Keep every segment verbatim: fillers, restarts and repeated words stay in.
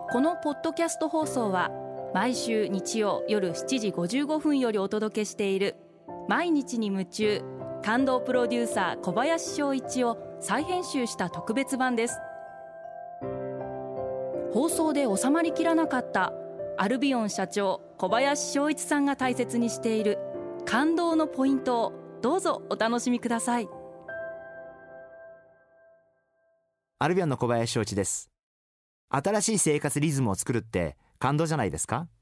このポッドキャスト放送は毎週日曜夜しちじごじゅうごふんよりお届けしている毎日に夢中感動プロデューサー小林翔一を再編集した特別版です。放送で収まりきらなかったアルビオン社長小林翔一さんが大切にしている感動のポイントをどうぞお楽しみください。 アルビオンの小林翔一です。新しい生活リズムを作るって感動じゃないですか？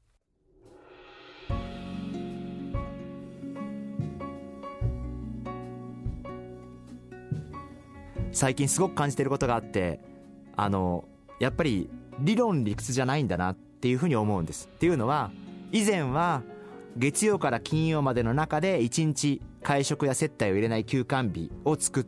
最近すごく感じていることがあって、あのやっぱり理論理屈じゃないんだなっていうふうに思うんです。っていうのは、以前は月曜から金曜までの中でいちにち会食や接待を入れない休館日を作って、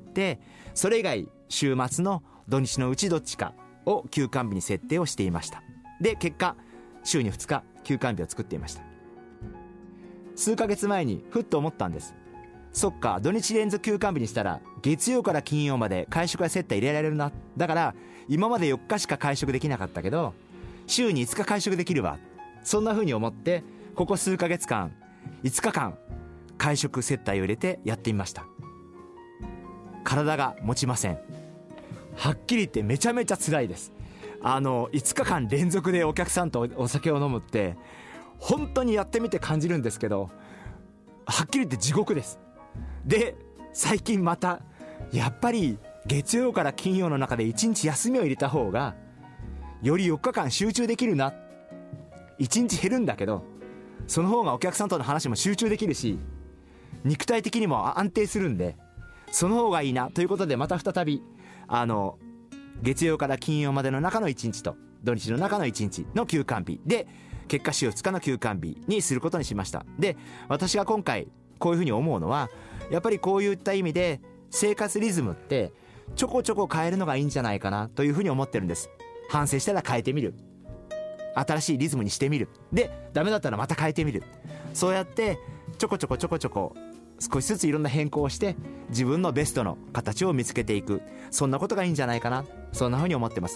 それ以外週末の土日のうちどっちかを休館日に設定をしていました。で、結果週にふつか休館日を作っていました。数ヶ月前にふっと思ったんです。そっか、土日連続休館日にしたら月曜から金曜まで会食や接待入れられるな。だから今までよっかしか会食できなかったけど週にいつか会食できるわ。そんな風に思ってここ数ヶ月間いつかかん会食接待を入れてやってみました。体が持ちません。はっきり言ってめちゃめちゃ辛いです。あのいつかかん連続でお客さんとお酒を飲むって本当にやってみて感じるんですけど、はっきり言って地獄です。で、最近またやっぱり月曜から金曜の中でいちにち休みを入れた方がよりよっかかん集中できるな。いちにち減るんだけどその方がお客さんとの話も集中できるし肉体的にも安定するんで、その方がいいなということで、また再びあの月曜から金曜までの中のいちにちと土日の中のいちにちの休館日で、結果週ふつかの休館日にすることにしました。で、私が今回こういうふうに思うのは、やっぱりこういった意味で生活リズムってちょこちょこ変えるのがいいんじゃないかなというふうに思ってるんです。反省したら変えてみる、新しいリズムにしてみる、でダメだったらまた変えてみる。そうやってちょこちょこちょこちょこ少しずついろんな変更をして自分のベストの形を見つけていく、そんなことがいいんじゃないかな、そんなふうに思ってます。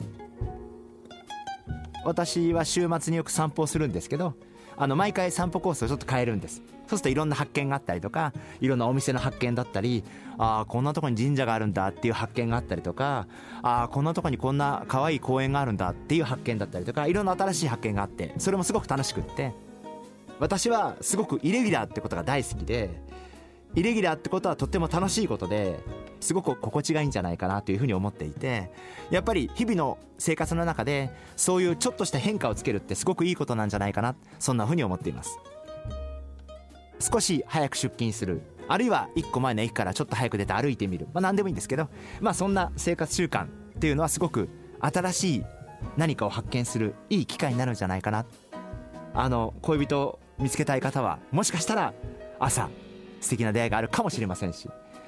私は週末によく散歩をするんですけど、あの毎回散歩コースをちょっと変えるんです。そうするといろんな発見があったりとか、いろんなお店の発見だったり、ああこんなとこに神社があるんだっていう発見があったりとか、ああこんなとこにこんな可愛い公園があるんだっていう発見だったりとか、いろんな新しい発見があって、それもすごく楽しくって、私はすごくイレギュラーってことが大好きで、イレギュラーってことはとっても楽しいことで、すごく心地がいいんじゃないかなというふうに思っていて、やっぱり日々の生活の中でそういうちょっとした変化をつけるってすごくいいことなんじゃないかな、そんなふうに思っています。少し早く出勤する、あるいはいっこまえの駅からちょっと早く出て歩いてみる、まあ何でもいいんですけど、まあそんな生活習慣っていうのはすごく新しい何かを発見するいい機会になるんじゃないかな。あの恋人を見つけたい方はもしかしたら朝素敵な出会いがあるかもしれませんし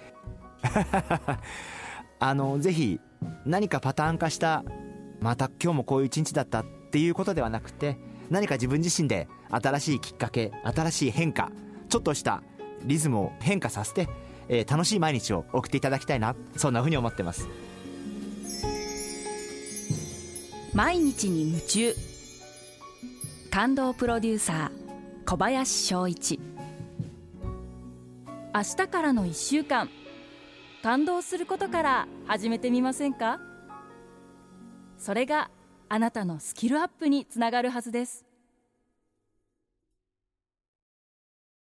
あのぜひ何かパターン化したまた今日もこういう一日だったっていうことではなくて、何か自分自身で新しいきっかけ、新しい変化、ちょっとしたリズムを変化させて、えー、楽しい毎日を送っていただきたいな、そんなふうに思ってます。 毎日に夢中、感動プロデューサー小林翔一。明日からのいっしゅうかん、感動することから始めてみませんか？それがあなたのスキルアップにつながるはずです。